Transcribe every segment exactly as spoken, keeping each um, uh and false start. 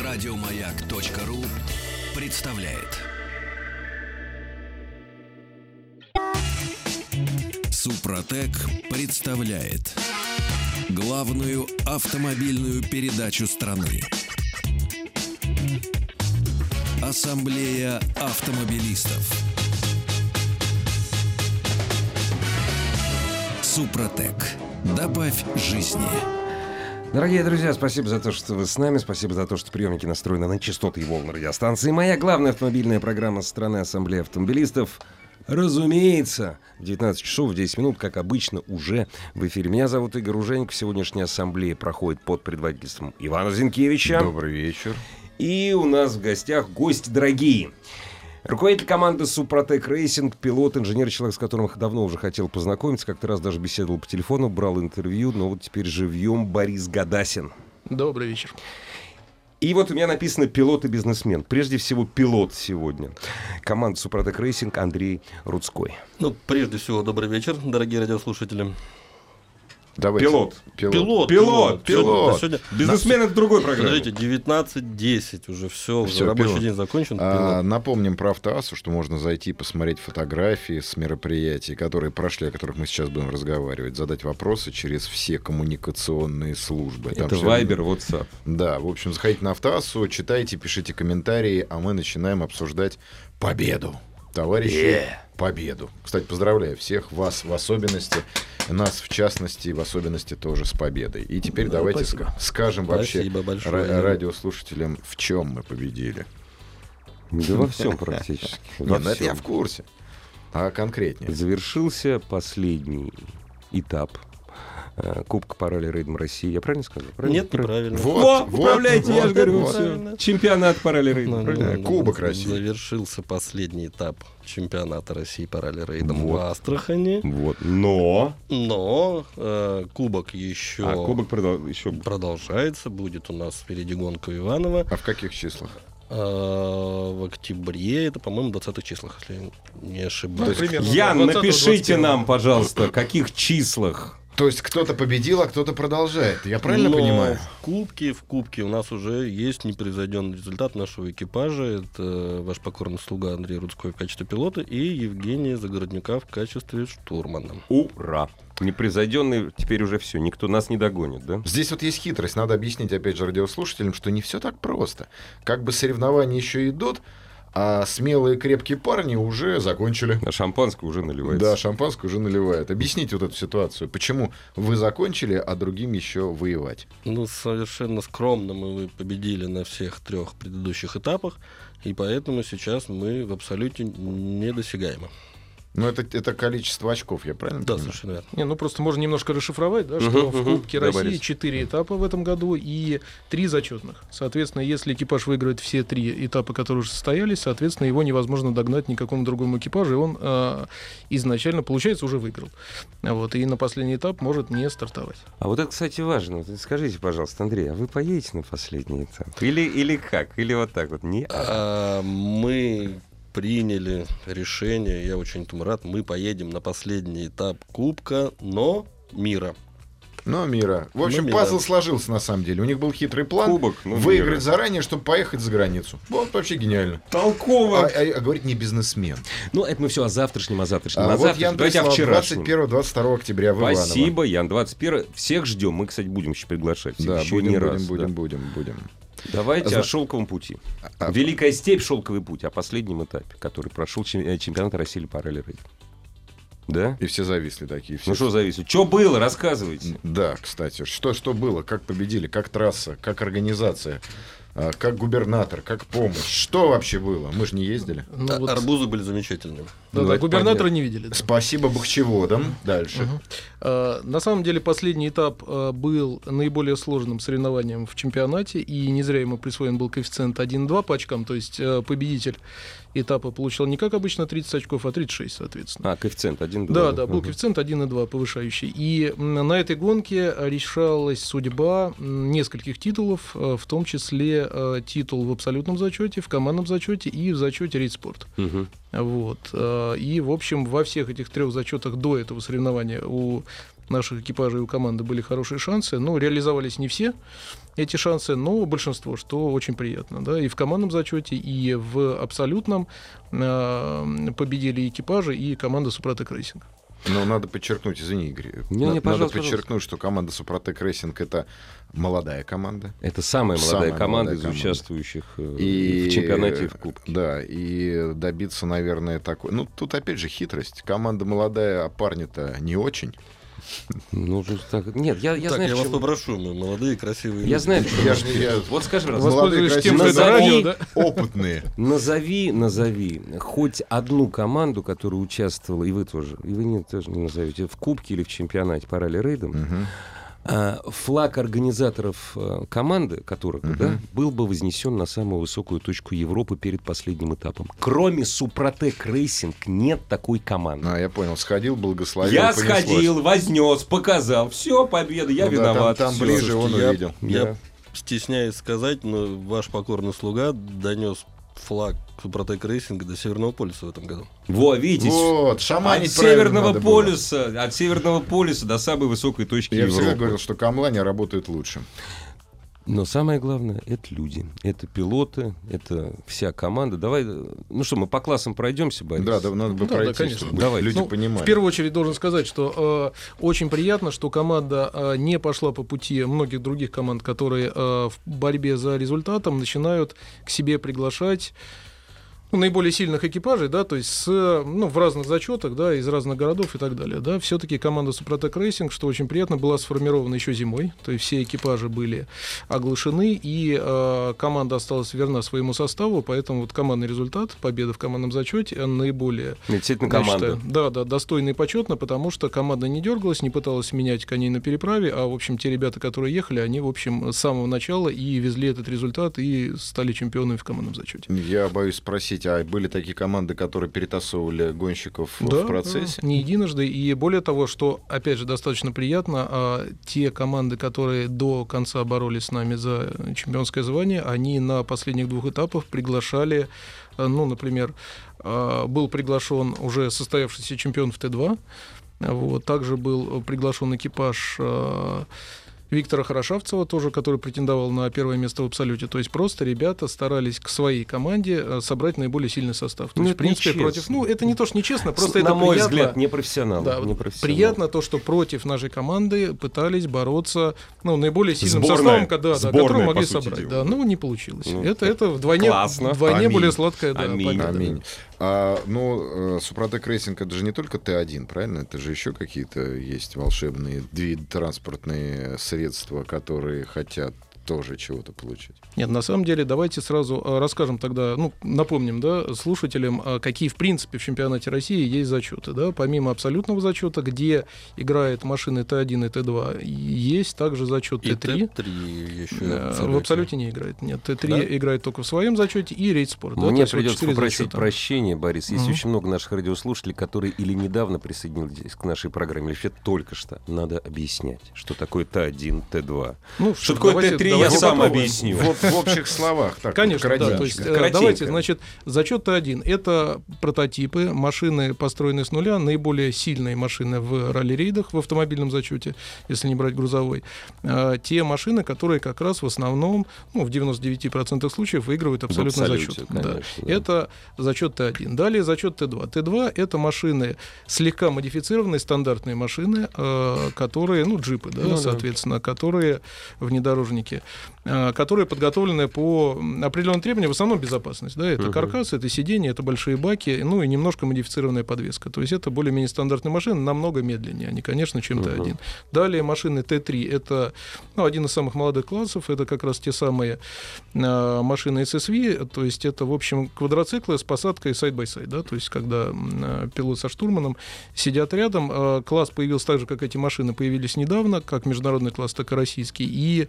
Радиомаяк.ру представляет. Супротек представляет главную автомобильную передачу страны. Ассамблея автомобилистов. Супротек. Добавь жизни. Дорогие друзья, спасибо за то, что вы с нами. Спасибо за то, что приемники настроены на частоты и волны радиостанции. Моя главная автомобильная программа страны Ассамблея автомобилистов. Разумеется, в девятнадцать часов в десять минут, как обычно, уже в эфире. Меня зовут Игорь Ужеников. Сегодняшняя ассамблея проходит под предводительством Ивана Зинкевича. Добрый вечер. И у нас в гостях гости дорогие. Руководитель команды «Супротек Рейсинг», пилот, инженер, человек, с которым давно уже хотел познакомиться. Как-то раз даже беседовал по телефону, брал интервью, но вот теперь живьем Борис Гадасин. Добрый вечер. И вот у меня написано «пилот и бизнесмен». Прежде всего, пилот сегодня. Команда «Супротек Рейсинг» Андрей Рудской. Ну, прежде всего, добрый вечер, дорогие радиослушатели. Давайте. Пилот. Пилот. Пилот. Пилот. Пилот. Сегодня... Бизнесмен — это другой программа. Подождите, девятнадцать десять уже все, Всё, уже рабочий пилот. день закончен. А, напомним про Автоассу, что можно зайти посмотреть фотографии с мероприятий, которые прошли, о которых мы сейчас будем разговаривать, задать вопросы через все коммуникационные службы. Там Это всё- Вайбер, WhatsApp. Да, в общем, заходите на Автоассу, читайте, пишите комментарии, а мы начинаем обсуждать победу. Товарищи, Yeah. победу. Кстати, поздравляю всех вас в особенности, нас в частности, в особенности тоже с победой. И теперь Да, давайте спасибо. ска- скажем вообще Спасибо большое. ра- радиослушателям, в чем мы победили. Да во всем практически. Не, Во ну это я всем. в курсе. А конкретнее? Завершился последний этап э, Кубка по ралли-рейдам России. Я правильно сказал? Правильно? Нет, неправильно. Вот, О, вот, управляйте, я вот, же говорю, вот. все. Чемпионат по ралли-рейдам. Ну, правильно? ну, Кубок ну, России. Завершился последний этап чемпионата России по ралли-рейдам Вот. в Астрахани. Вот. Но... Но э, кубок еще А кубок продол- еще... продолжается. Будет у нас впереди гонка Иванова. А в каких числах? А, в октябре, это, по-моему, в двадцатых числах, если я не ошибаюсь. Примерно Ян, двадцатого, напишите двадцать первого. нам, пожалуйста, в каких числах. То есть кто-то победил, а кто-то продолжает. Я правильно Но понимаю? В кубке, в кубке у нас уже есть непревзойденный результат нашего экипажа. Это ваш покорный слуга Андрей Рудской в качестве пилота и Евгения Загороднюка в качестве штурмана. Ура! Непревзойденный, теперь уже все, никто нас не догонит, да? Здесь вот есть хитрость. Надо объяснить, опять же, радиослушателям, что не все так просто. Как бы соревнования еще идут, а смелые крепкие парни уже закончили. А шампанское уже наливается. Да, шампанское уже наливают. Объясните вот эту ситуацию. Почему вы закончили, а другим еще воевать? Ну, совершенно скромно мы победили на всех трех предыдущих этапах, и поэтому сейчас мы в абсолюте недосягаемы. Ну, это, это количество очков, я правильно Да, понимаю? совершенно верно. Не, ну просто можно немножко расшифровать, да, что Мгм, в мгм. Кубке Да, России Борис. четыре этапа в этом году и три зачетных. Соответственно, если экипаж выиграет все три этапа, которые уже состоялись, соответственно, его невозможно догнать никакому другому экипажу, и он э, изначально, получается, уже выиграл. Вот, и на последний этап может не стартовать. А вот это, кстати, важно. Вот скажите, пожалуйста, Андрей, а вы поедете на последний этап? Или, или как? Или вот так вот? Не. А, мы приняли решение, я очень этому рад, мы поедем на последний этап Кубка, но мира. Но мира. В общем, Но мира. пазл сложился на самом деле. У них был хитрый план Кубок, но выиграть мира. заранее, чтобы поехать за границу. Вот вообще гениально. А, Толково! а- а говорит не бизнесмен. Ну, это мы все о завтрашнем, о завтрашнем. А о вот завтрашнем. Ян Давайте о прислал вчерашнем. двадцать первого двадцать второго октября в Иваново. Спасибо, Ян. двадцать первого. Всех ждем. Мы, кстати, будем еще приглашать. Да, еще будем, не будем, раз. будем, да. будем, будем. Давайте Зна- о шелковом пути. А- Великая степь, шелковый путь. О последнем этапе, который прошел чем- э, чемпионат России по ралли-рейдам. Да? И все зависли такие. Все. Ну что зависит? Что было? Рассказывайте. Да, кстати, что, что было, как победили, как трасса, как организация, а, как губернатор, как помощь. Что вообще было? Мы же не ездили. Ну, А- вот, Арбузы были замечательными. да, ну, да, это губернатора понятно. не видели. Да. Спасибо бахчеводам. Дальше. Мгм. Э, На самом деле последний этап э, был наиболее сложным соревнованием в чемпионате, и не зря ему присвоен был коэффициент один и два по очкам, то есть э, победитель этапа получал не как обычно тридцать очков, а тридцать шесть, соответственно. А, коэффициент один. Да, да, был коэффициент один и два повышающий. И м, на этой гонке решалась судьба м, нескольких титулов, э, в том числе э, титул в абсолютном зачете, в командном зачете и в зачете рейд-спорт. Угу. Вот. э, И, в общем, во всех этих трех зачетах до этого соревнования у наших экипажей и у команды были хорошие шансы. Ну, реализовались не все эти шансы, но большинство, что очень приятно. Да? И в командном зачете, и в абсолютном э, победили экипажи и команда «Супротек Рейсинг». Но надо подчеркнуть, извини, Игорь, Не, не, надо пожалуйста, подчеркнуть, пожалуйста. что команда «Супротек Рейсинг» — это молодая команда. Это самая молодая Самая команда молодая из команда. участвующих э, И, в чемпионате и в кубке. Да, и добиться, наверное, такой... Ну, тут опять же хитрость. Команда молодая, а парни-то не очень. Ну, же так... Нет, я, я так, знаю, я в вас чем- попрошу, мы молодые, красивые. Я люди. знаю, в чем- Я ж- я- Вот скажи, раз, Молодые, Воспользуюсь тем, красивые, что это назови- радио, да? опытные. назови, назови хоть одну команду, которая участвовала, и вы тоже, и вы не, тоже не назовете, в кубке или в чемпионате по ралли-рейдам, Мгм. а, флаг организаторов а, команды, которых Мгм. да, был бы вознесен на самую высокую точку Европы перед последним этапом. Кроме Супротек Рейсинг нет такой команды. А, я понял. Сходил, благословил, Я понеслось. сходил, вознес, показал. Все, победа, я Ну да, виноват. там, там всё. ближе он Слушайте, я- увидел. Я Да. стесняюсь сказать, но ваш покорный слуга донес флаг Супротек Рейсинга до Северного полюса в этом году. Во, видите, Вот, от шаманить правильно Северного надо было. полюса, от Северного полюса до самой высокой точки Я всегда Европы. говорил, что камлане работают лучше. Но самое главное — это люди, это пилоты, это вся команда. Давай, ну что, мы по классам пройдемся, Борис? Да, да, надо бы Да, да, пройти, конечно. чтобы Давай. люди Ну, понимали. В первую очередь должен сказать, что э, очень приятно, что команда э, не пошла по пути многих других команд, которые э, в борьбе за результатом начинают к себе приглашать ну, наиболее сильных экипажей, да, то есть с, ну, в разных зачетах, да, из разных городов и так далее, да. Все-таки команда Супротек Рейсинг, что очень приятно, была сформирована еще зимой, то есть все экипажи были оглашены, и э, команда осталась верна своему составу, поэтому вот командный результат, победа в командном зачете наиболее, Это действительно я команда. считаю, да, да, достойно и почетно, потому что команда не дергалась, не пыталась менять коней на переправе, а, в общем, те ребята, которые ехали, они, в общем, с самого начала и везли этот результат, и стали чемпионами в командном зачете. Я боюсь спросить, а были такие команды, которые перетасовывали гонщиков Да, в процессе? да, не единожды. И более того, что, опять же, достаточно приятно, а, те команды, которые до конца боролись с нами за чемпионское звание, они на последних двух этапах приглашали, а, ну, например, а, был приглашен уже состоявшийся чемпион в Т два, вот, также был приглашен экипаж а, Виктора Хорошавцева, тоже, который претендовал на первое место в абсолюте. То есть просто ребята старались к своей команде э, собрать наиболее сильный состав. То Ну, есть, это в принципе, нечестно. против... Ну, это не то, что нечестно, просто На это мой приятно. взгляд, непрофессионал. Да, вот непрофессионал. приятно то, что против нашей команды пытались бороться ну, наиболее сильным Сборная. составом, когда, да, Сборная, который по могли сути собрать. дела. Да, ну, не получилось. Ну, это, это вдвойне, классно. вдвойне Аминь. более сладкая да, Аминь. победа. Аминь. А, ну, э, Супротек Рейсинг — это же не только Т один, правильно? Это же еще какие-то есть волшебные две транспортные средства, которые хотят тоже чего-то получить. Нет, на самом деле, давайте сразу э, расскажем тогда, ну, напомним, да, слушателям, э, какие, в принципе, в чемпионате России есть зачеты, да, помимо абсолютного зачета, где играет машины Т один и Т два, есть также зачет И Т три. Т три еще. Э, В абсолюте не играет. Нет, Т три Да? играет только в своем зачете и рейд-спорт. да, то Мне есть вот придется четыре попросить зачета. прощения, Борис. Есть Мгм. очень много наших радиослушателей, которые или недавно присоединились к нашей программе, или вообще только что. Надо объяснять, что такое Т один, Т два. Ну, Что такое давайте- Т три, я давайте сам попробуем. объясню. В, в общих словах. Так, Конечно, да. кратенько. То есть, э, Кратенько. давайте, значит, зачет Т один. Это прототипы, машины, построенные с нуля, наиболее сильные машины в ралли-рейдах в автомобильном зачете, если не брать грузовой. А, те машины, которые как раз в основном, ну, в девяноста девяти процентах случаев выигрывают абсолютно абсолюте, зачет. конечно, Да. да. Это зачет Т один. Далее зачет Т два. Т два — это машины слегка модифицированные, стандартные машины, э, которые, ну, джипы, да, Ну да. соответственно, которые внедорожники, э, которые подготовлены по определенным требованиям, в основном безопасность. Да, это Мгм. каркас, это сиденье, это большие баки, ну и немножко модифицированная подвеска. То есть это более-менее стандартные машины, намного медленнее они, конечно, чем Т один. Далее машины Т три — это ну, один из самых молодых классов, это как раз те самые э, машины эс эс ви, то есть это, в общем, квадроциклы с посадкой сайд-бай-сайд, да, то есть когда э, пилот со штурманом сидят рядом. Э, класс появился так же, как эти машины появились недавно, как международный класс, так и российский. И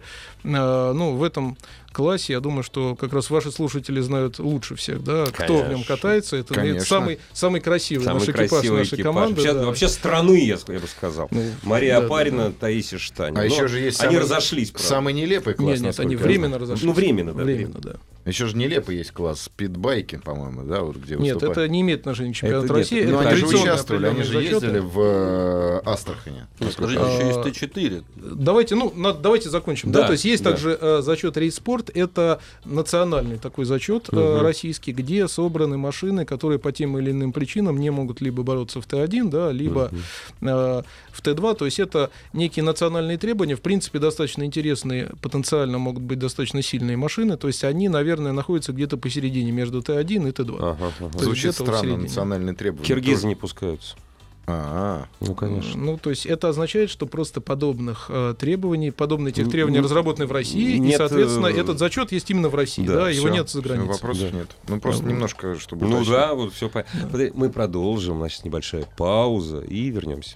э, ну, в этом классе, я думаю, что как раз ваши слушатели знают лучше всех, да, кто в нем Конечно. катается. Это, Конечно. это самый, самый красивый Самый наш экипаж красивый нашей экипаж. команды. Вообще, да. вообще страны, я, я бы сказал. Ну, Мария да, да, Апарина, да. Таисия Штань. А Но еще же есть они самый, разошлись, правда. самый нелепый класс. Нет, нет, насколько они я временно знаю. разошлись. Ну, временно, да, Временно, да. Еще же нелепо есть класс спидбайки, по-моему, да, вот где Нет, выступают. это не имеет отношения к чемпионату Это нет. России. Но это они же традиционные участвовали, они же определенные ездили зачеты. в э, Астрахани. Ну, скажите, А, еще есть Т четыре. Давайте, ну, надо, давайте закончим. Да, Да, то есть есть да. также э, зачет рейс-спорт. Это национальный такой зачет э, Мгм. российский, где собраны машины, которые по тем или иным причинам не могут либо бороться в Т один, да, либо э, в Т два. То есть это некие национальные требования. В принципе, достаточно интересные, потенциально могут быть достаточно сильные машины. То есть они, наверное, находятся где-то посередине между Т один и Т два. Ага, ага. То есть Звучит где-то в странно, середине. национальные требования. Киргизы тоже. не пускаются. А, Ну, конечно. Ну, то есть это означает, что просто подобных э, требований, подобных тех требований Н- разработаны в России, и, нет, соответственно, э, этот зачет есть именно в России, да, да, его всё, нет за всё, границей. вопросов Да. нет. Ну, просто Да. немножко, чтобы Ну уточнить. да, вот все. По... Подожди, мы продолжим, значит, небольшая пауза и вернемся.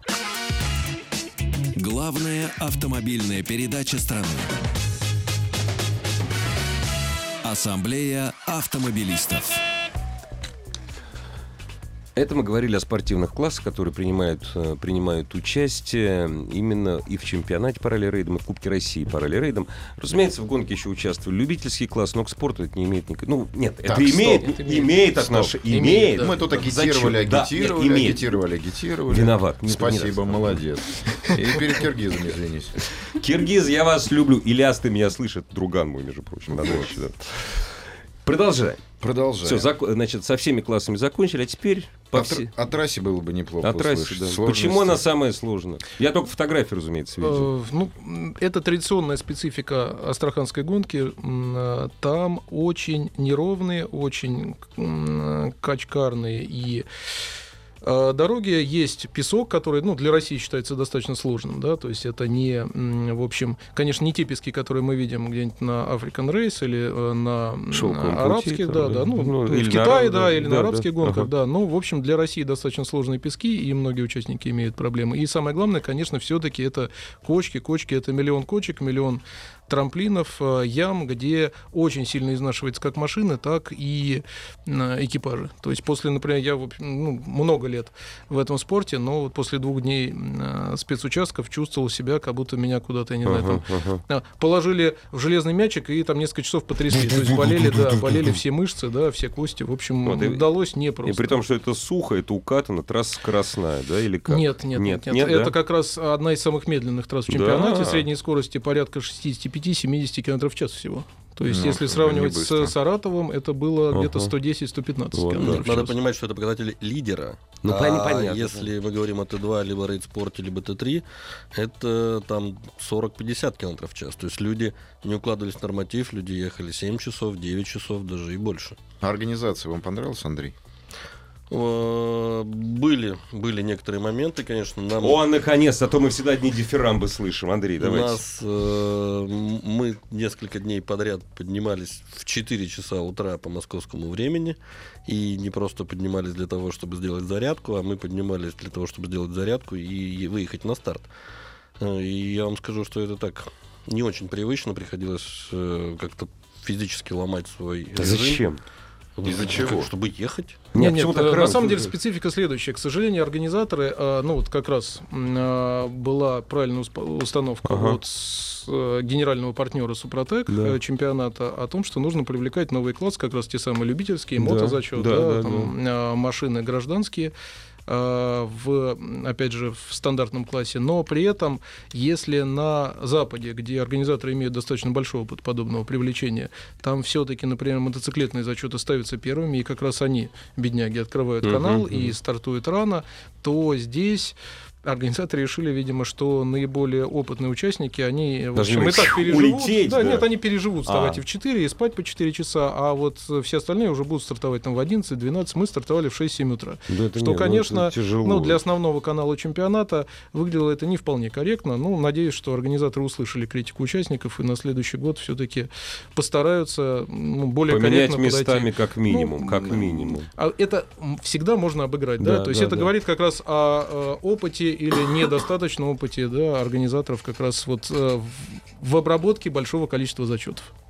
Главная автомобильная передача страны. Ассамблея автомобилистов. Это мы говорили о спортивных классах, которые принимают, э, принимают участие именно и в чемпионате по ралли-рейдам, и в Кубке России по ралли-рейдам. Разумеется, в гонке еще участвовали любительский класс, но к спорту это не имеет никакого... Ну, нет, Так, это стоп. имеет, Это имеет, имеет. отношение. Стоп. Имеет. Имеет, да. Мы тут Зачем? агитировали, Да, агитировали, нет, имеет. агитировали, агитировали. Виноват. Не- не Спасибо, раз. молодец. И перед киргизами извинись. Киргиз, я вас люблю. Ильяс, ты меня слышит, друган мой, между прочим. на даче, да. Продолжаем. Продолжаем. Все, зак... значит, со всеми классами закончили, а теперь по О, все... тр- о трассе было бы неплохо О трассе, услышать. да. Сложности. Почему она самая сложная? Я только фотографии, разумеется, видел. Э, Ну, м, это традиционная специфика астраханской гонки. М, э, Там очень неровные, очень м, качкарные и э, дороги. Есть песок, который, ну, для России считается достаточно сложным, да, то есть это не, м, в общем, конечно, не те пески, которые мы видим где-нибудь на African Race или э, на м, Шелковом арабских, пути, да, там, да, да. ну, Ну, в или на Китае, араб- да, да, или да, на да. арабских гонках, Ага. да, ну, в общем, для России достаточно сложные пески, и многие участники имеют проблемы. И самое главное, конечно, все-таки это кочки, кочки, это миллион кочек, миллион трамплинов, э, ям, где очень сильно изнашивается как машины, так и э, экипажи. То есть после, например, я в общем, ну, много лет в этом спорте, но вот после двух дней э, спецучастков чувствовал себя, как будто меня куда-то, я не знаю, там Ага, ага. а, положили в железный мячик и там несколько часов потрясли. То есть болели, да, болели все мышцы, да, все кости. В общем, Вот, и- удалось не И просто. при том, что это сухо, это укатано, трасса скоростная, да, или как? Нет, нет, нет, Нет, нет. нет, Это да? как раз одна из самых медленных трасс в Да. чемпионате. Средней скорости порядка шестьдесят пять - семьдесят км в час всего. То есть, Ну, если это сравнивать не быстро. с Саратовом, это было Ага. где-то сто десять - сто пятнадцать Вот, км да. в Надо час. понимать, что это показатели лидера. Ну, а пон- понятно, если мы говорим о Т два, либо рейд-спорте, либо Т три, это там сорок - пятьдесят км в час. То есть люди не укладывались в норматив, люди ехали семь часов, девять часов даже и больше. А организация вам понравилась, Андрей? Э, Были, были некоторые моменты, конечно. Нам, О, наконец, а то мы всегда одни дифирамбы слышим. Андрей, у давайте. нас э, м- мы несколько дней подряд поднимались в четыре часа утра по московскому времени. И не просто поднимались для того, чтобы сделать зарядку, а мы поднимались для того, чтобы сделать зарядку и выехать на старт. Э, И я вам скажу, что это так не очень привычно. Приходилось э, как-то физически ломать свой Да режим. зачем? Из-за Ну, чего? Чтобы ехать. Нет, почему нет, так э, на рано? самом деле специфика следующая. К сожалению, организаторы, э, ну вот как раз м, э, была правильная усп- установка Ага. от с, э, генерального партнера Супротек Да. э, чемпионата о том, что нужно привлекать новый класс, как раз те самые любительские, Да, мотозачет, да, да, да, там, э, машины гражданские. э, в, опять же, в стандартном классе, но при этом, если на Западе, где организаторы имеют достаточно большой опыт подобного привлечения, там все-таки, например, мотоциклетные зачеты ставятся первыми, и как раз они, бедняги, открывают Мгм, канал мгм. и стартуют рано, то здесь организаторы решили, видимо, что наиболее опытные участники, они, в Должны общем, и так переживут. улететь, да, да. нет, они переживут вставать А. и в четыре, и спать по четыре часа, а вот э, все остальные уже будут стартовать там в одиннадцать-двенадцать, мы стартовали в шесть-семь утра. Да это Что, нет, ну, конечно, это тяжело. Ну, для основного канала чемпионата выглядело это не вполне корректно. Ну, надеюсь, что организаторы услышали критику участников и на следующий год все-таки постараются ну, более Поменять корректно местами подойти. как минимум, Ну, как м, минимум. А это м, всегда можно обыграть, да? Да, То есть да, это да. говорит как раз о, э, опыте или недостаточном опыте, да, организаторов как раз вот э, в, в обработке большого количества зачетов.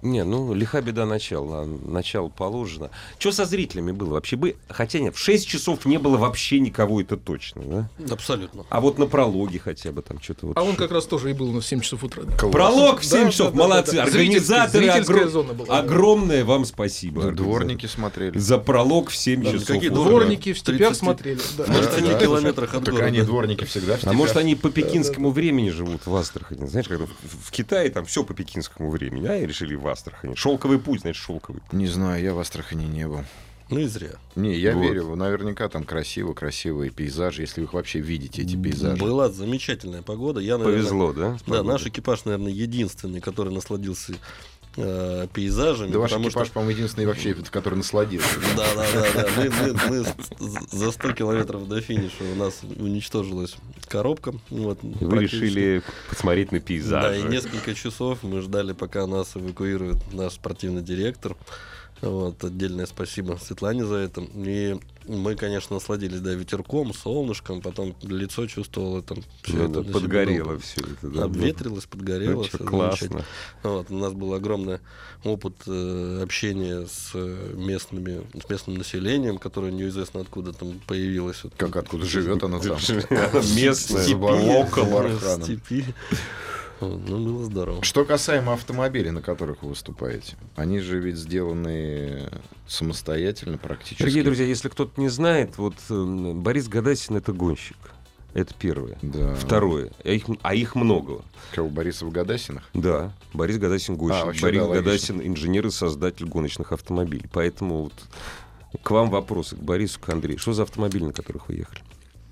Не, ну, лиха беда начала. Начало положено. Что со зрителями было? Вообще бы... Хотя нет, в шесть часов не было вообще никого, это точно, да? Абсолютно. А вот на прологе хотя бы там что-то вот... А он как раз тоже и был у нас в семь часов утра. Да. Пролог в семь Да, часов, да, да, молодцы. да, да. Организаторы, Зрительская огром- зона была. огромное вам спасибо. Да, организаторы. дворники смотрели. За пролог в семь Да, часов. какие утра. Дворники в степях тридцать смотрели. Да. Может, они Да, в километрах от Так города. они дворники всегда в А степях. может, они по пекинскому времени живут в Астрахани? Знаешь, когда в, в Китае там все по пекинскому времени, а и решили в Астрахани. Шелковый путь, значит, шелковый путь. Не знаю, я в Астрахани не был. Ну и зря. Не, я Вот. верю, наверняка там красиво, красивые пейзажи, если вы их вообще видите, эти пейзажи. Была замечательная погода. Я, наверное, Повезло, да? с Да, погодой? наш экипаж, наверное, единственный, который насладился э, пейзажами. Да ваш потому экипаж, что... по-моему, единственный вообще, который насладился. Да, да, да, да. Мы, мы- мы с- за сто километров до финиша у нас уничтожилась коробка. Вот, И Вы практически. решили посмотреть на пейзаж. Да, и несколько часов мы ждали, пока нас эвакуирует наш спортивный директор. Вот, отдельное спасибо Светлане за это. И мы, конечно, насладились, да, ветерком, солнышком, потом лицо чувствовало там всё Ну, это это на подгорело себе. все это. Да, Обветрилось, подгорело. Ну, чё, всё классно. замечательно. Вот, у нас был огромный опыт э, общения с э, местными, с местным населением, которое неизвестно откуда там появилось. Вот, Как откуда живет оно там? Местное, Степи. локал. в степи. Вот, ну, было здорово. Что касаемо автомобилей, на которых вы выступаете, они же ведь сделаны самостоятельно практически. Дорогие друзья, если кто-то не знает, вот э, Борис Годасин — это гонщик. Это первое. Да. Второе. А их, а их много. Кого, Борисов Годасинах? Да, Борис Годасин гонщик. А, вообще, Борис да, логично. Годасин инженер и создатель гоночных автомобилей. Поэтому вот к вам вопросы, к Борису, к Андрею. Что за автомобили, на которых вы ехали?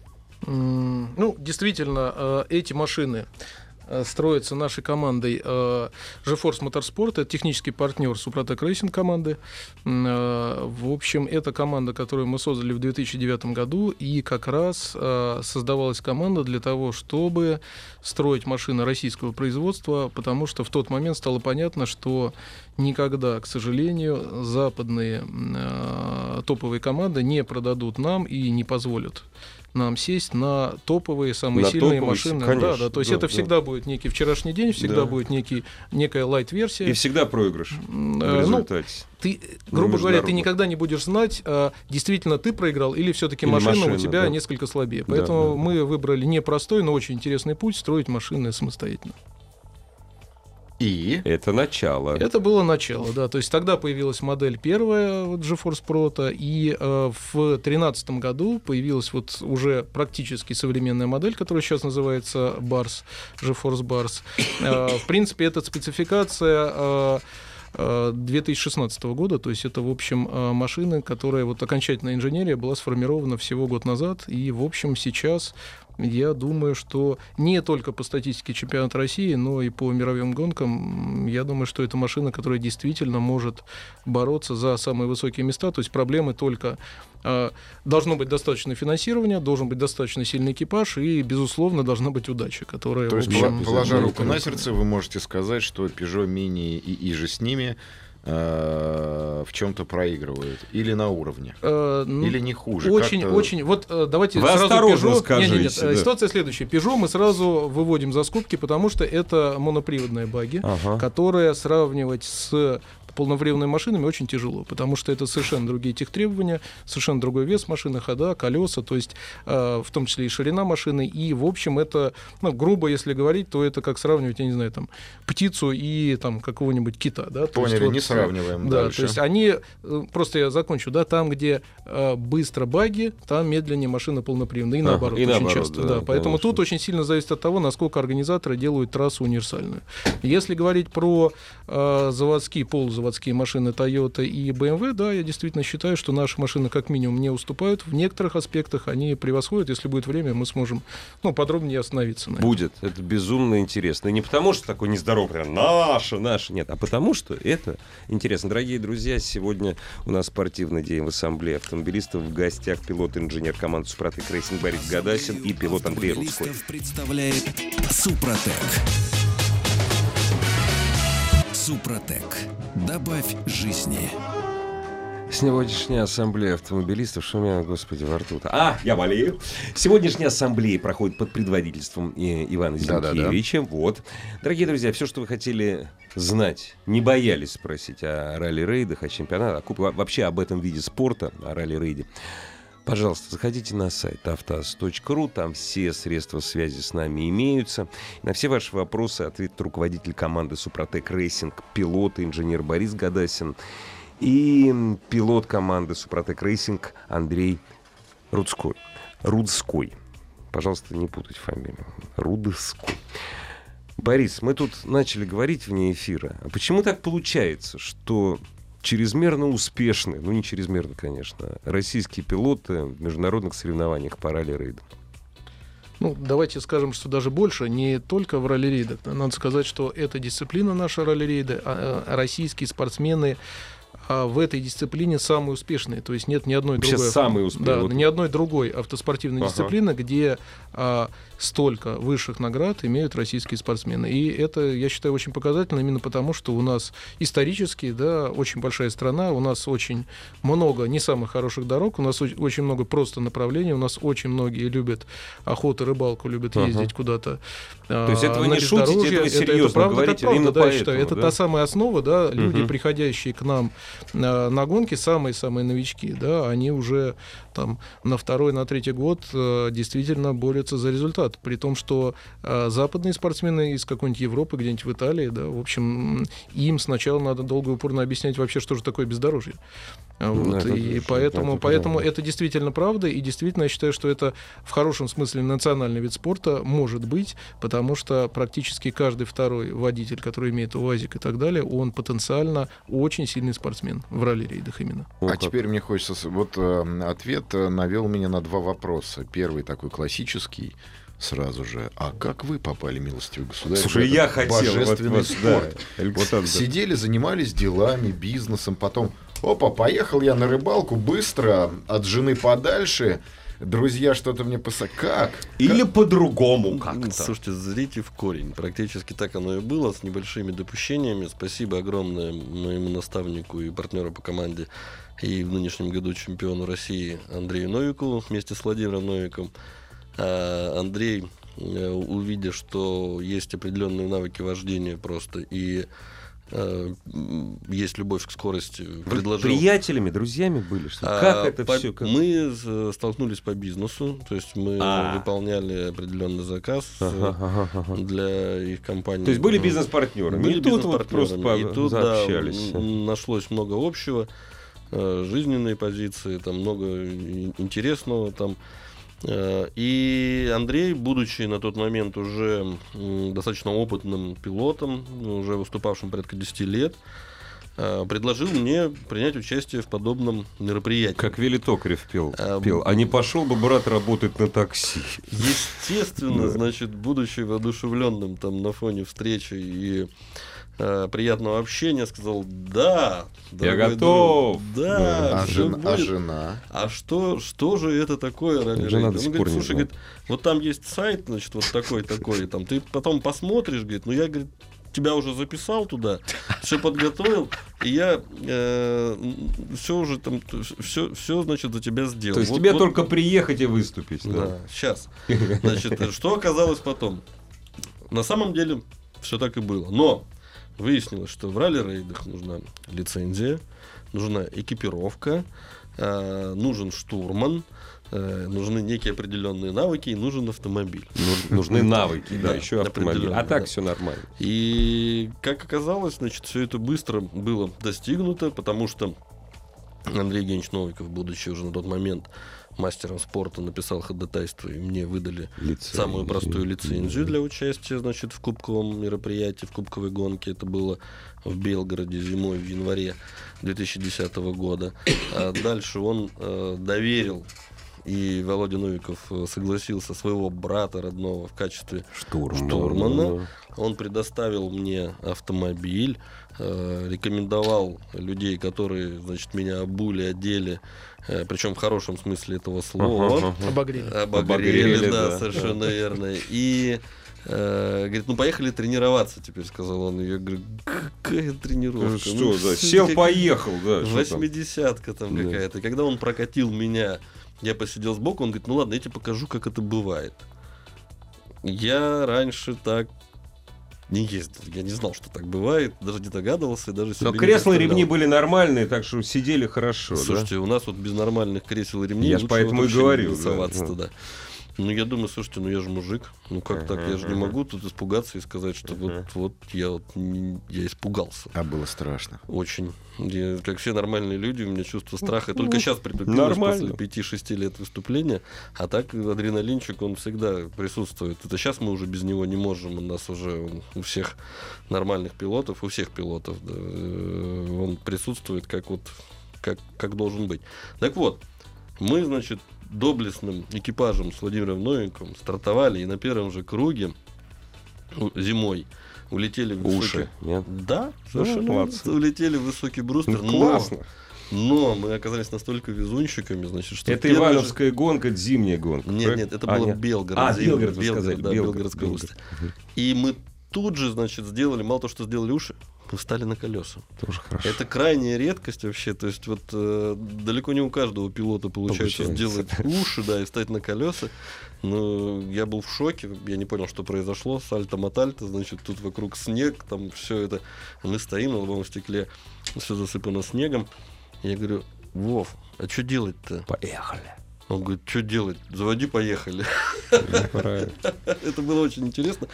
М, Ну, действительно, э, эти машины э, строятся нашей командой э, GeForce Motorsport, это технический партнер Супротек Racing команды. М, э, В общем, это команда, которую мы создали в две тысячи девятом году, и как раз э, создавалась команда для того, чтобы строить машины российского производства, потому что в тот момент стало понятно, что никогда, к сожалению, западные э, топовые команды не продадут нам и не позволят нам сесть на топовые, самые На сильные топовые, машины. конечно, да, да, то есть да, это да. всегда будет некий вчерашний день, всегда Да. будет некий, некая лайт-версия. И всегда проигрыш М, в э, ну, результате. ты, Ну, грубо говоря, ты международно. никогда не будешь знать, а, действительно ты проиграл или все-таки Или машина, машина, у тебя да. несколько слабее. Да, Поэтому да. мы выбрали непростой, но очень интересный путь строить машины самостоятельно. И? Это начало. Это было начало, да. То есть тогда появилась модель первая вот, GeForce Proto, и э, в две тысячи тринадцатом году появилась вот уже практически современная модель, которая сейчас называется Bars, GeForce Bars. Э, в принципе, эта спецификация э, э, две тысячи шестнадцатого года, то есть это, в общем, э, машины, которая вот окончательная инженерия была сформирована всего год назад, и, в общем, сейчас я думаю, что не только по статистике чемпионата России, но и по мировым гонкам, я думаю, что это машина, которая действительно может бороться за самые высокие места. То есть проблемы только э, должно быть достаточно финансирования, должен быть достаточно сильный экипаж и, безусловно, должна быть удача, которая, То есть, в общем, пола- положа да, руку на конечно. сердце, вы можете сказать, что Peugeot Mini и иже с ними э, в чем-то проигрывают. Или на уровне. Э, ну, Или не хуже. Очень, Как-то- очень. Вот э, давайте Вы сразу осторожно Peugeot. скажите, Не, не, нет, э, да. ситуация следующая. Peugeot мы сразу выводим за скобки, потому что это моноприводные баги, Ага. которые сравнивать с полновременными машинами очень тяжело, потому что это совершенно другие техтребования, совершенно другой вес машины, хода, колеса, то есть э, в том числе и ширина машины, и в общем это, ну, грубо если говорить, то это как сравнивать, я не знаю, там, птицу и там какого-нибудь кита, да? То Поняли, есть, вот, не сравниваем да, дальше. то есть они, э, просто я закончу, да, там, где э, быстро баги, там медленнее машина полноприводная, и Ага, наоборот, и очень наоборот, часто, да, да, поэтому конечно. тут очень сильно зависит от того, насколько организаторы делают трассу универсальную. Если говорить про э, заводские, полузаводские машины Toyota и бэ эм вэ, да, я действительно считаю, что наши машины как минимум не уступают. В некоторых аспектах они превосходят. Если будет время, мы сможем, ну, подробнее остановиться на этом. Будет. Это безумно интересно. И не потому, что такой нездоровый, прям, наша, наша. Нет, а потому, что это интересно. Дорогие друзья, сегодня у нас спортивный день в Ассамблее автомобилистов. В гостях пилот-инженер команды Супротек Racing Борис Годасин и пилот Андрей Рудской. Автомобилистов представляет Супротек. Супротек. Добавь жизни. Сегодняшняя ассамблея автомобилистов, что у меня, господи, во рту-то. А, я болею. Сегодняшняя ассамблея проходит под предводительством э, Ивана Зинкевича. Да-да-да. Вот. Дорогие друзья, все, что вы хотели знать, не боялись спросить о ралли-рейдах, о чемпионатах, о кубке, вообще об этом виде спорта, о ралли-рейде, пожалуйста, заходите на сайт автоаз точка ру, там все средства связи с нами имеются. На все ваши вопросы ответит руководитель команды «Супротек Рейсинг», пилот и инженер Борис Гадасин и пилот команды «Супротек Рейсинг» Андрей Рудской. Рудской. Пожалуйста, не путайте фамилию. Рудской. Борис, мы тут начали говорить вне эфира. А почему так получается, что чрезмерно успешные, ну не чрезмерно, конечно, российские пилоты в международных соревнованиях по ралли-рейдам? Ну, давайте скажем, что даже больше, не только в ралли-рейдах. Надо сказать, что эта дисциплина наша ралли-рейды, а российские спортсмены а в этой дисциплине самые успешные. То есть нет ни одной Вообще другой, самые успешные. Да, Вот. ни одной другой автоспортивной Ага. дисциплины, где а, столько высших наград имеют российские спортсмены. И это, я считаю, очень показательно именно потому, что у нас исторически, да, очень большая страна, у нас очень много не самых хороших дорог, у нас о- очень много просто направлений, у нас очень многие любят охоту, рыбалку, любят Ага. ездить куда-то. То есть это вы не шутите, это вы серьезно это правда, говорите, как правда, именно да, я поэтому, считаю. Это да? та самая основа, да, люди, Мгм. приходящие к нам на, на гонки, самые-самые новички, да, они уже там на второй, на третий год э, действительно борются за результат. При том, что э, западные спортсмены из какой-нибудь Европы, где-нибудь в Италии, да, в общем, м, им сначала надо долго и упорно объяснять вообще, что же такое бездорожье. А Вот, это и точно, поэтому, это поэтому правда. это действительно правда, и действительно я считаю, что это в хорошем смысле национальный вид спорта может быть, потому что практически каждый второй водитель, который имеет УАЗик и так далее, он потенциально очень сильный спортсмен в ралли-рейдах именно. О, А как. теперь мне хочется... с- Вот э, ответ э, навел меня на два вопроса. Первый такой классический сразу же. А как вы попали, милостивый государь? Слушай, в я этот хотел. вот- божественный вот, да, спорт? Александр. Вот сидели, занимались делами, бизнесом, потом, опа, поехал я на рыбалку быстро, от жены подальше, друзья что-то мне посо... Как? Или по-другому Как-то. как-то. Слушайте, зрите в корень. Практически так оно и было, с небольшими допущениями. Спасибо огромное моему наставнику и партнеру по команде, и в нынешнем году чемпиону России Андрею Новикову вместе с Владимиром Новиком. А Андрей, э, увидя, что есть определенные навыки вождения просто, и э, м, есть любовь к скорости, Вы предложил... приятелями, друзьями были? Что? А, Как это по- все? Мы э, столкнулись по бизнесу, то есть мы А. выполняли определенный заказ э, Ага, ага, ага. для их компании. То есть были Ну, бизнес-партнерами. были И тут вот бизнес-партнерами. просто И тут, да, заобщались. м, нашлось много общего, э, жизненные позиции, там много ин- интересного там. Э, И Андрей, будучи на тот момент уже м, достаточно опытным пилотом, уже выступавшим порядка десяти лет, э, предложил мне принять участие в подобном мероприятии. Как Вилли Токарев пел, А, пел. А не пошел бы брат работать на такси. Естественно, Да. значит, будучи воодушевленным там на фоне встречи и э, приятного общения, сказал: да, Я дорогой готов. друг, да, А, всё жена, а будет. жена? А что, что же это такое ралли-рейд? Жена до Он сих говорит: пор не слушай, знает. говорит, вот там есть сайт, значит, вот такой-такой, там ты потом посмотришь, говорит, ну я, говорит, тебя уже записал туда, все подготовил, и я все уже там, все, все, значит, за тебя сделал. То есть Вот- тебе вот- только приехать и выступить. Да. Да, сейчас. Значит, что оказалось потом? На самом деле все так и было. Но выяснилось, что в ралли-рейдах нужна лицензия, нужна экипировка, э, нужен штурман, э, нужны некие определенные навыки и нужен автомобиль. Ну- Нужны навыки, да, Да, еще автомобиль. определенно, А так да. все нормально. И, как оказалось, значит, все это быстро было достигнуто, потому что Андрей Евгеньевич Новиков, будучи уже на тот момент мастером спорта, написал ходатайство, и мне выдали Лицензию. самую простую лицензию для участия, значит, в кубковом мероприятии, в кубковой гонке. Это было в Белгороде зимой, в январе две тысячи десятого года. А дальше он э, доверил, и Володя Новиков э, согласился, своего брата родного в качестве Штурмана. штурмана. Он предоставил мне автомобиль, э, рекомендовал людей, которые, значит, меня обули, одели, э, причем в хорошем смысле этого слова. Ага, ага. Обогрели. Обогрели, Обогрели, да, да. совершенно верно. И э, говорит, ну поехали тренироваться теперь, сказал он. И я говорю, «К- какая тренировка? Что, Ну, да, как- сел-поехал, да. что там? Восьмидесятка там Да. какая-то. Когда он прокатил меня, я посидел сбоку, он говорит, ну ладно, я тебе покажу, как это бывает. Я раньше так не ездил. Я не знал, что так бывает, даже не догадывался, и даже себе Но не кресла и представлял. ремни были нормальные, так что сидели хорошо, Слушайте, у нас вот без нормальных кресел и ремней Я ж лучше поэтому вот и вообще не говорил, да. соваться Да. туда. Ну, я думаю, слушайте, ну я же мужик. Ну как так? Я же не Ага, могу тут испугаться и сказать, что вот, вот я вот н- я испугался. А было страшно. Очень. Я, как все нормальные люди, у меня чувство страха только сейчас притупилось нормально. после пяти-шести лет выступления. А так адреналинчик, он всегда присутствует. Это сейчас мы уже без него не можем. У нас уже он у всех нормальных пилотов, у всех пилотов, да, э, он присутствует как вот как, как должен быть. Так вот, мы, значит, доблестным экипажем с Владимиром Новиковым стартовали и на первом же круге у- зимой улетели в Уши, высокий... нет? Да, совершенно молодцы. верно. Улетели в высокий брустер. Ну, но- классно. Но мы оказались настолько везунчиками, значит, что... Это первый же- Ивановская гонка, это зимняя гонка. Нет, правильно? нет, это А, было нет. Белгород. А, зимний, Белгород, вы сказали. да, Белгород, Белгородская Белгород. область. И мы тут же, значит, сделали, мало того, что сделали уши, мы встали на колеса. Тоже хорошо. Это крайняя редкость вообще. То есть вот э, далеко не у каждого пилота получается, Получается. сделать уши, да, и встать на колеса. Но я был в шоке, я не понял, что произошло. Сальто-мотальто, значит, тут вокруг снег, там все это. Мы стоим на лобовом стекле, все засыпано снегом. Я говорю, Вов, а что делать-то? Поехали. Он говорит, что делать? Заводи, поехали. Правильно. Это было очень интересно.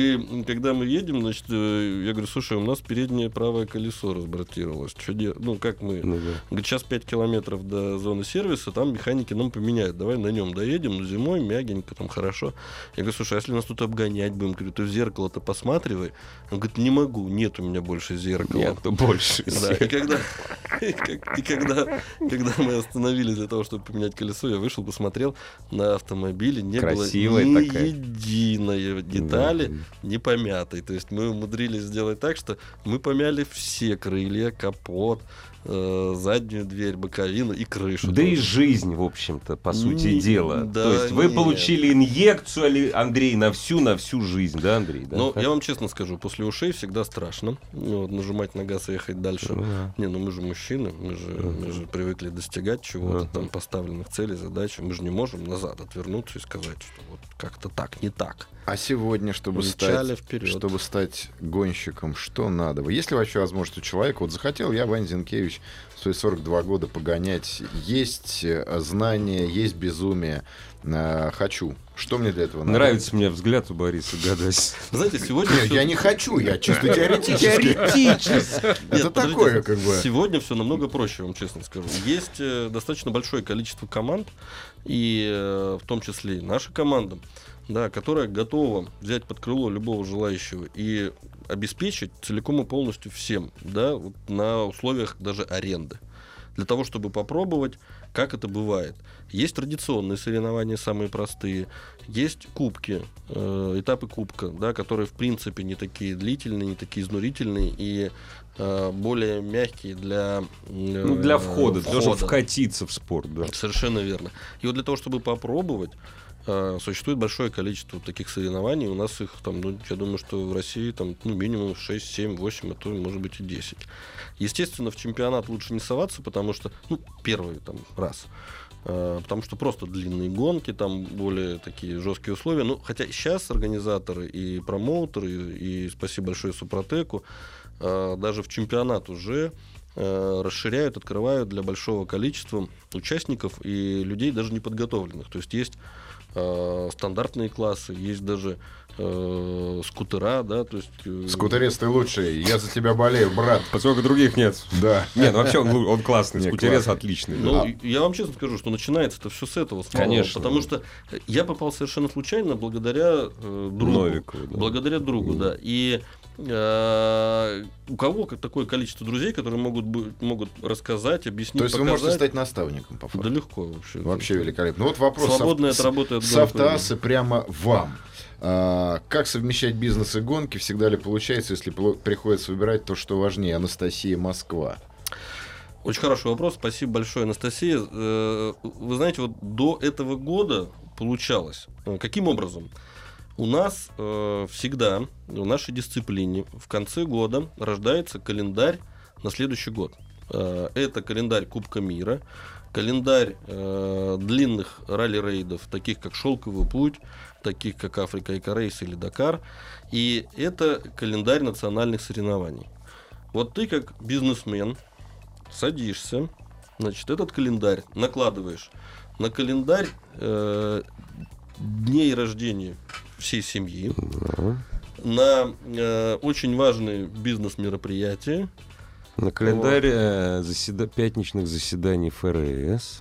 И когда мы едем, значит, э, я говорю, слушай, у нас переднее правое колесо разбортировалось. Что делать? Ну, как мы? Ну, да. Говорит, сейчас пять километров до зоны сервиса, там механики нам поменяют. Давай на нем доедем, но зимой мягенько, там хорошо. Я говорю, слушай, а если нас тут обгонять будем? Говорю, ты в зеркало-то посматривай. Он говорит, не могу, нет у меня больше зеркала. Нет, то больше. Да, и когда, и как- и когда, когда мы остановились для того, чтобы поменять колесо, я вышел, посмотрел на автомобиле, не Красивая было ни такая. единой детали не помятой. То есть мы умудрились сделать так, что мы помяли все крылья, капот, э, заднюю дверь, боковину и крышу. Да и тоже. жизнь, в общем-то, по сути Не- дела. да То есть вы нет. получили инъекцию, Али- Андрей, на всю, на всю жизнь, да, Андрей? Да? Ну, Так? я вам честно скажу, после ушей всегда страшно. Ну, вот нажимать на газ и ехать дальше. Ну, да. Не, ну мы же мужчины, мы же, мы же привыкли достигать чего-то, Ага. там поставленных целей, задач. Мы же не можем назад отвернуться и сказать, что вот как-то так, не так. А сегодня, чтобы Мчали стать, вперед. чтобы стать гонщиком, что надо? Есть ли вообще возможность у человека? Вот захотел я, Ваня Зинкевич, в свои сорок два года погонять. Есть э, знания, есть безумие. Э, хочу. Что мне для этого надо? Нравится мне взгляд у Бориса Гадась. Вы знаете, сегодня... Нет, всё- я не хочу, я чисто теоретически. Теоретически. Это Нет, подождите, такое, как бы. Сегодня все намного проще, вам честно скажу. Есть э, достаточно большое количество команд, и э, в том числе и наша команда, да, которая готова взять под крыло любого желающего и обеспечить целиком и полностью всем, да, вот на условиях даже аренды. Для того, чтобы попробовать, как это бывает. Есть традиционные соревнования, самые простые. Есть кубки, э, этапы кубка, да, которые, в принципе, не такие длительные, не такие изнурительные и э, более мягкие для, э, Ну, для входа, для того, чтобы входа. вкатиться в спорт, да. Совершенно верно. И вот для того, чтобы попробовать, э, существует большое количество таких соревнований. У нас их там, ну, я думаю, что в России там, ну, минимум шесть, семь, восемь, а то, может быть, и десять. Естественно, в чемпионат лучше не соваться, потому что, ну, первый там раз. Э, Потому что просто длинные гонки, там более такие жесткие условия. Ну, хотя сейчас организаторы и промоутеры, и, и спасибо большое Супротеку, э, даже в чемпионат уже э, расширяют, открывают для большого количества участников и людей даже неподготовленных. То есть есть э, стандартные классы, есть даже э, скутера, да, то есть... э, Скутерец, ты лучший. Я за тебя болею, брат. Поскольку других нет. Да. Нет, ну вообще он, лу- он классный, Не, скутерец классный. отличный. Ну, да. и- я вам честно скажу, что начинается это все с этого. с малого. Конечно. Потому что я попал совершенно случайно благодаря э, другу. Новикову, да. Благодаря другу, да. И э, у кого как такое количество друзей, которые могут, бу- могут рассказать, объяснить, То есть вы показать? можете стать наставником, по факту. Да легко вообще. Вообще великолепно. Ну вот вопрос Свободное с, от работы от с гонок автоассы прямо вам. А, как совмещать бизнес и гонки? Всегда ли получается, если пло- приходится выбирать то, что важнее? Анастасия, Москва. Очень хороший вопрос. Спасибо большое, Анастасия. Э, Вы знаете, вот до этого года получалось. Э, Каким образом? У нас э, всегда в нашей дисциплине в конце года рождается календарь на следующий год. Э, это календарь Кубка мира, календарь э, длинных ралли-рейдов, таких как «Шелковый путь», таких как «Африка Эко-рейс» или «Дакар». И это календарь национальных соревнований. Вот ты как бизнесмен садишься, значит, этот календарь накладываешь на календарь э, дней рождения всей семьи, Да. на э, очень важные бизнес-мероприятия. На календарь э, заседа- пятничных заседаний ФРС.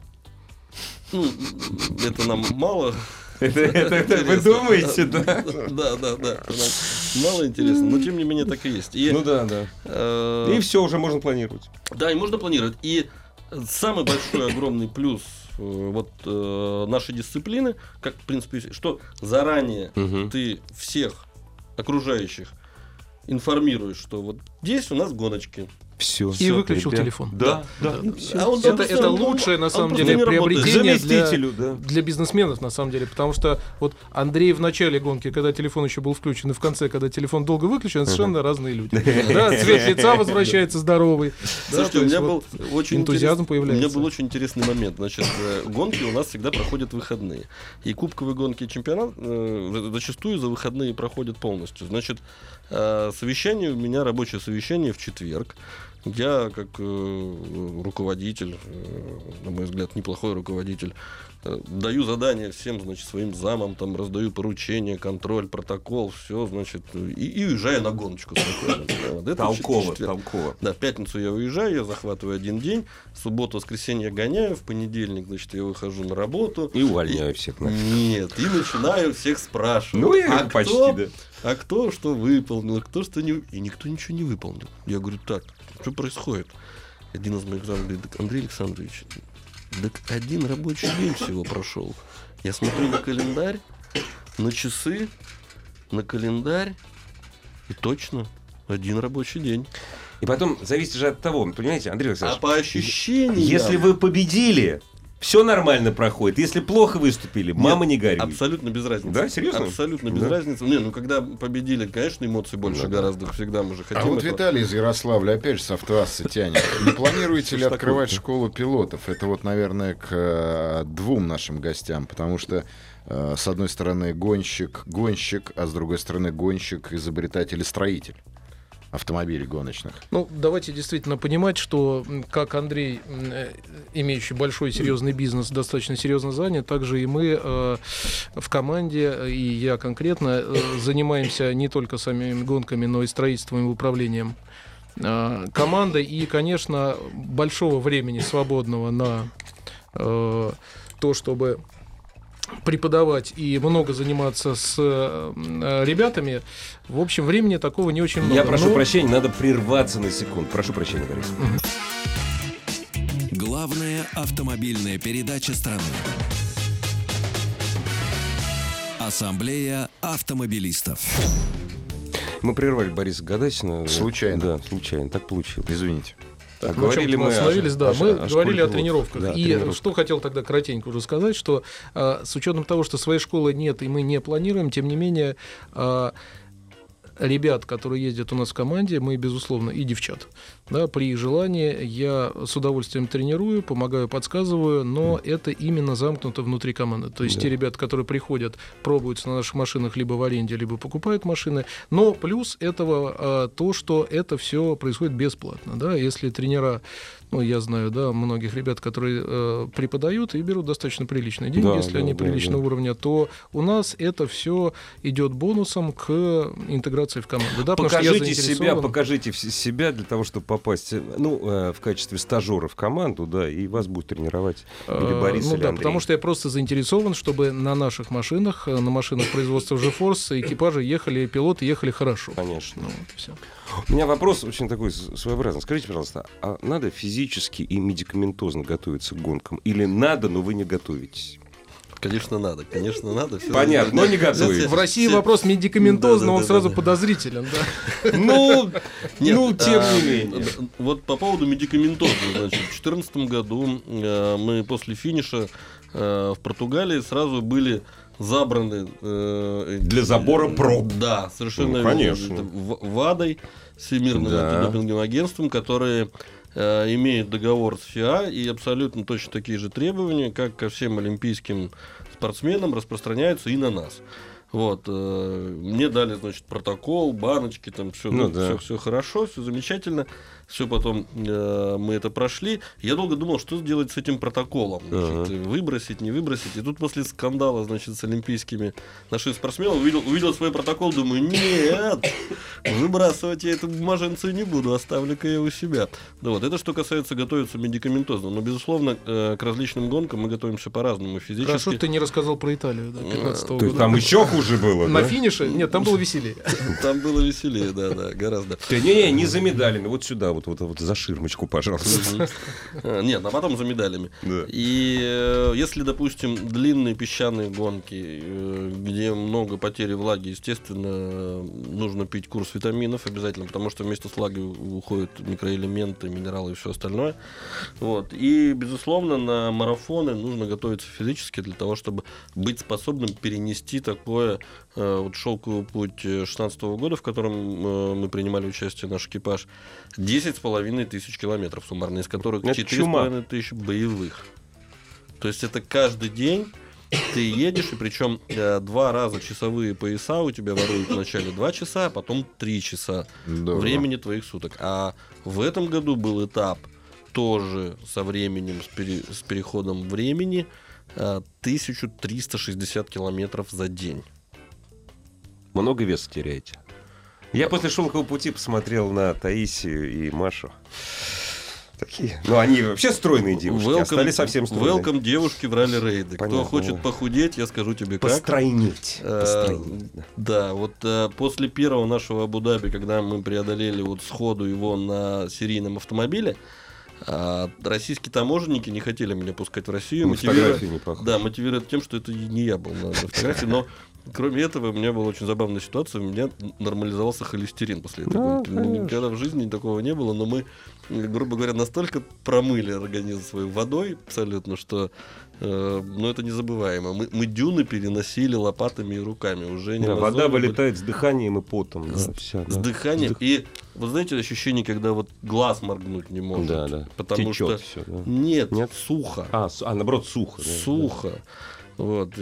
Ну, это нам мало. Это, это, это вы интересно. думаете, да? Да, да, да. Нам мало интересно, но тем не менее так и есть. И, Ну да, да. э, И все, уже можно планировать. Да, и можно планировать. И самый большой огромный плюс э, вот э, нашей дисциплины, как в принципе, что заранее Мгм. ты всех окружающих информируешь, что вот здесь у нас гоночки. Все. И выключил телефон. Да, да. Да. и всё. А он Это, просто- это он- лучшее, на он самом просто деле, не работает. приобретение для, Заместителю, да. для бизнесменов, на самом деле. Потому что вот Андрей в начале гонки, когда телефон еще был включен, и в конце, когда телефон долго выключен, это совершенно разные люди. Да, цвет лица возвращается здоровый. Да, Слушайте, то у есть меня вот был очень энтузиазм интерес- появляется. У меня был очень интересный момент. Значит, э, гонки у нас всегда проходят в выходные. И кубковые гонки и чемпионат э, зачастую за выходные проходят полностью. Значит, э, совещание у меня, рабочее совещание в четверг. Я, как э, руководитель, э, на мой взгляд, неплохой руководитель, э, даю задания всем, значит, своим замам, там, раздаю поручения, контроль, протокол, все, значит, и, и уезжаю на гоночку. спокойно. Да, вот это Толково, четверг. толково. Да, в пятницу я уезжаю, я захватываю один день, в субботу, воскресенье я гоняю, в понедельник, значит, я выхожу на работу. И увольняю всех. нафиг. Нет, и начинаю всех спрашивать. Ну, я а как почти, кто, да. а кто что выполнил, а кто что не... И никто ничего не выполнил. Я говорю, так, что происходит? Один из моих зам говорит, так, Андрей Александрович, так один рабочий день всего прошел. Я смотрю на календарь, на часы, на календарь, и точно один рабочий день. И потом зависит же от того, понимаете, Андрей А Александрович, по ощущениям... если вы победили, все нормально проходит. Если плохо выступили, мама не горюй. Абсолютно без разницы. Да, серьезно? Абсолютно без Да. разницы. Не, ну когда победили, конечно, эмоций больше Ну да. гораздо. Всегда мы же хотим. А вот этого. Виталий из Ярославля опять же с автоасса тянет. Не планируете ли Что ж открывать такое-то? школу пилотов? Это вот, наверное, к э, двум нашим гостям, потому что э, с одной стороны гонщик, гонщик, а с другой стороны гонщик, изобретатель и строитель автомобилей гоночных. Ну, давайте действительно понимать, что м, как Андрей, м, э, имеющий большой серьезный бизнес, достаточно серьезно занят, также и мы э, в команде, э, и я конкретно, э, занимаемся не только самими гонками, но и строительством и управлением э, командой. И, конечно, большого времени свободного на э, то, чтобы преподавать и много заниматься с э, ребятами, в общем, времени такого не очень много. Я прошу Но- прощения, надо прерваться на секунду. Прошу прощения, Борис. Главная автомобильная передача страны. Ассамблея автомобилистов. Мы прервали Бориса Гадасина. Случайно. Да, случайно. Так получилось. Извините. А Ну, о говорили чем мы о- остановились, да, о- мы о школе говорили о пилотов. тренировках. Да, и тренировка. что хотел тогда кратенько уже сказать, что а, с учетом того, что своей школы нет и мы не планируем, тем не менее а, ребят, которые ездят у нас в команде, мы, безусловно, и девчат. Да, при их желании я с удовольствием тренирую, помогаю, подсказываю, но это именно замкнуто внутри команды. То есть Да. те ребята, которые приходят, пробуются на наших машинах либо в аренде, либо покупают машины. Но плюс этого а, то, что это все происходит бесплатно. Да? Если тренера, ну, я знаю, да, многих ребят, которые э, преподают и берут достаточно приличные деньги, Да, если да, они да, приличного да. уровня, то у нас это все идет бонусом к интеграции в команду. Да, потому что я Покажите себя, заинтересован. покажите вс- себя для того, чтобы попасть, ну, э, в качестве стажера в команду, да, и вас будет тренировать или Э, Борис, ну или да, Андрей. потому что я просто заинтересован, чтобы на наших машинах, э, на машинах производства GeForce экипажи ехали, пилоты ехали хорошо. Конечно. Ну, вот и всё. У меня вопрос очень такой с- своеобразный. Скажите, пожалуйста, а надо физически и медикаментозно готовиться к гонкам? Или надо, но вы не готовитесь? Конечно, надо. Конечно, надо. Всё Понятно, но не Все- готовитесь. В России все- вопрос медикаментозный, он Да-да-да-да-да. сразу подозрителен. Да. Ну, Нет, ну, тем а, не менее. д- Вот по поводу медикаментоза, значит, в две тысячи четырнадцатом году э, мы после финиша э, в Португалии сразу были забраны... э, Для забора проб. Да, совершенно Ну, конечно. верно. В- ВАДой, Всемирным Да. антидопинговым агентством, которые э, имеют договор с ФИА, и абсолютно точно такие же требования, как ко всем олимпийским спортсменам, распространяются и на нас. Вот, э, мне дали, значит, протокол, баночки, там все, Ну ну, да. все, все хорошо, все замечательно. Все потом э, мы это прошли. Я долго думал, что сделать с этим протоколом. Значит, Ага. выбросить, не выбросить. И тут после скандала, значит, с олимпийскими нашими спортсменами увидел, увидел свой протокол, думаю, нет, выбрасывать я эту бумаженцию не буду, оставлю-ка я у себя. Да вот, это что касается готовиться медикаментозно. Но, безусловно, э, к различным гонкам мы готовимся по-разному физически. Хорошо, ты не рассказал про Италию, да, пятнадцатого То есть года. там еще хуже было, На да? финише? Нет, там было веселее. Там было веселее, да, да, гораздо. Не-не, не за медалями, вот сюда, вот, вот, вот за ширмочку, пожалуйста. Э, Нет, а потом за медалями. Да. И э, если, допустим, длинные песчаные гонки, э, где много потери влаги, естественно, э, нужно пить курс витаминов обязательно, потому что вместе с влагой уходят микроэлементы, минералы и все остальное. Вот. И, безусловно, на марафоны нужно готовиться физически для того, чтобы быть способным перенести такое э, вот шелковый путь шестнадцатого года, в котором э, мы принимали участие, наш экипаж, десять с половиной тысяч километров суммарно, из которых Это четыре с чума. половиной тысячи боевых. То есть это каждый день ты едешь, и причем э, два раза часовые пояса у тебя воруют вначале два часа, а потом три часа Здорово. времени твоих суток. А в этом году был этап тоже со временем, с, пере- с переходом времени э, тысяча триста шестьдесят километров за день. Много веса теряете. Я после «Шелкового пути» посмотрел на Таисию и Машу. Такие. Ну, они вообще стройные девушки, а стали совсем стройные. welcome девушки в ралли-рейды. Кто Понятно. хочет похудеть, я скажу тебе как. Постройнить. Э, Постройнить, да. Да, вот э, после первого нашего Абу-Даби, когда мы преодолели вот сходу его на серийном автомобиле, а российские таможенники не хотели меня пускать в Россию. На мотивируя- фотографии не похоже. Да, мотивируют тем, что это не я был на, на фотографии, но кроме этого у меня была очень забавная ситуация, у меня нормализовался холестерин после этой Да, гонки. Ну, конечно. Никогда в жизни такого не было, но мы, грубо говоря, настолько промыли организм свой водой абсолютно, что э, ну, это незабываемо. Мы, мы дюны переносили лопатами и руками. Уже не Да, вода мозоли были. вылетает с дыханием и потом. Да, С, всё, с да. дыханием. С дых- И вы знаете ощущение, когда вот глаз моргнуть не может. Да, да. Потому Течет что всё, да. нет, Нет? сухо. А, с- а, наоборот, сухо. да, Сухо. Вот. И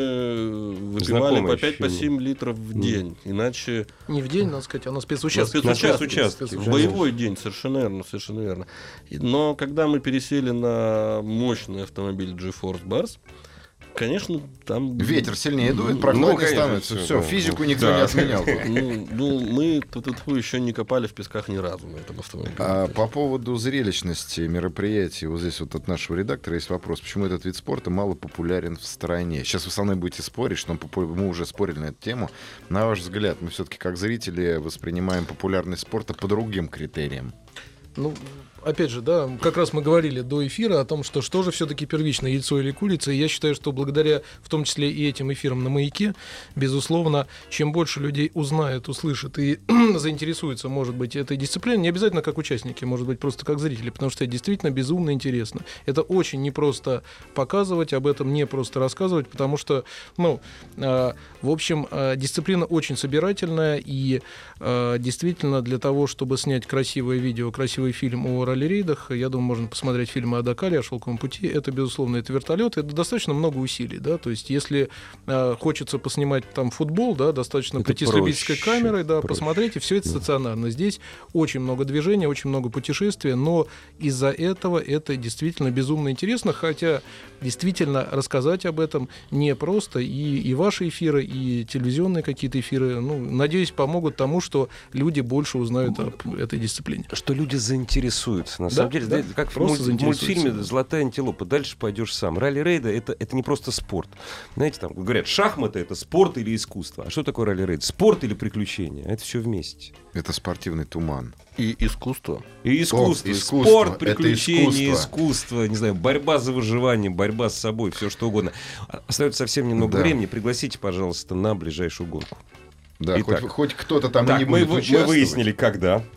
мы выпивали Знакомое по пять по ощущение. семь литров в день. Иначе Не в день, надо сказать, а на на спецучастке. спецучастке. спецучастке, В да. боевой день, совершенно верно, совершенно верно. И- Но когда мы пересели на мощный автомобиль GeForce Bars, конечно, там... Ветер сильнее дует, Ну, прохладнее конечно, становится. всё, Все, да. физику никто Да. не отменял. Ну, ну, мы тут еще не копали в песках ни разу на этом автомобиле. А по поводу зрелищности мероприятий, вот здесь вот от нашего редактора есть вопрос, почему этот вид спорта мало популярен в стране? Сейчас вы со мной будете спорить, что он попу- мы уже спорили на эту тему. На ваш взгляд, мы все-таки как зрители воспринимаем популярность спорта по другим критериям. Ну, опять же, да, как раз мы говорили до эфира о том, что что же все-таки первично, яйцо или курица. И я считаю, что благодаря, в том числе и этим эфирам на «Маяке», безусловно, чем больше людей узнают, услышат и заинтересуются, может быть, этой дисциплиной, не обязательно как участники, может быть, просто как зрители, потому что это действительно безумно интересно. Это очень непросто показывать, об этом не просто рассказывать, потому что, ну, э, в общем, э, дисциплина очень собирательная, и э, действительно для того, чтобы снять красивое видео, красивый фильм о ралли-рейдах, я думаю, можно посмотреть фильмы о Дакаре, о «Шелковом пути». Это, безусловно, это вертолет, это достаточно много усилий, да, то есть если э, хочется поснимать там футбол, да, достаточно Это прийти с любительской проще, камерой, да, проще. посмотреть, и все это стационарно. Здесь очень много движения, очень много путешествия, но из-за этого это действительно безумно интересно, хотя действительно рассказать об этом непросто, и, и ваши эфиры, и телевизионные какие-то эфиры, ну, надеюсь, помогут тому, что люди больше узнают об этой дисциплине. Что люди заинтересуются. На Да, самом деле, да, да, как в, просто муль- в заинтересуются. мультфильме «Золотая антилопа». Дальше пойдешь сам. Ралли-рейды это, это не просто спорт. Знаете, там говорят, шахматы это спорт или искусство. А что такое ралли-рейд? Спорт или приключения? Это все вместе. Это спортивный туман. И искусство. И искусство, О, искусство. спорт, Это приключения, искусство. искусство, не знаю, борьба за выживание, борьба с собой, все что угодно. А- Остается совсем немного Да. времени. Пригласите, пожалуйста, на ближайшую гонку. Да, Итак. хоть, хоть кто-то там и Так, не мы, будет вы- мы участвовать. выяснили, когда.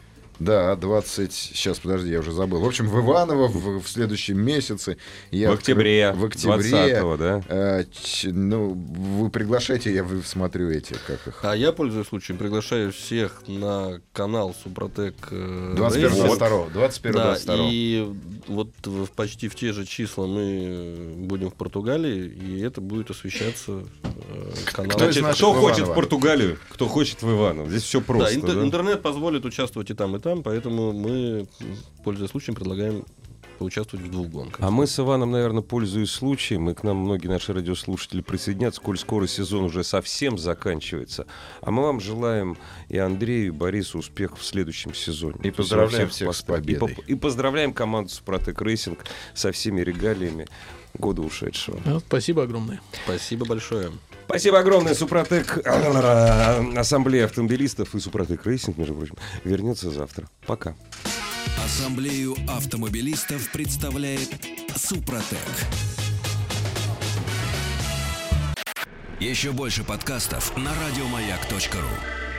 Да, двадцать... Сейчас, подожди, я уже забыл. В общем, в Иваново в, в следующем месяце. Я в октябре. В октябре. двадцатого, да? Э, ч, ну, вы приглашайте, я смотрю эти, как их. А я, пользуясь случаем, приглашаю всех на канал Супротек двадцать первого двадцать второго. двадцать первого двадцать второго. И вот в, почти в те же числа мы будем в Португалии, и это будет освещаться э, каналом. Кто, Значит, кто хочет в Португалию, кто хочет в Иваново. Здесь все просто. Да, интер- да? интернет позволит участвовать и там, и там, поэтому мы, пользуясь случаем, предлагаем поучаствовать в двух гонках. А мы с Иваном, наверное, пользуясь случаем, и к нам многие наши радиослушатели присоединятся, коль скоро сезон уже совсем заканчивается. А мы вам желаем и Андрею, и Борису успехов в следующем сезоне. И поздравляем всех с победой. И, по- и поздравляем команду Супротек Рейсинг со всеми регалиями года ушедшего. Да, спасибо огромное. Спасибо большое. Спасибо огромное, Супротек. Ассамблея автомобилистов и Супротек Рейсинг, между прочим, вернется завтра. Пока. Ассамблею автомобилистов представляет Супротек. Еще больше подкастов на радиомаяк точка ру.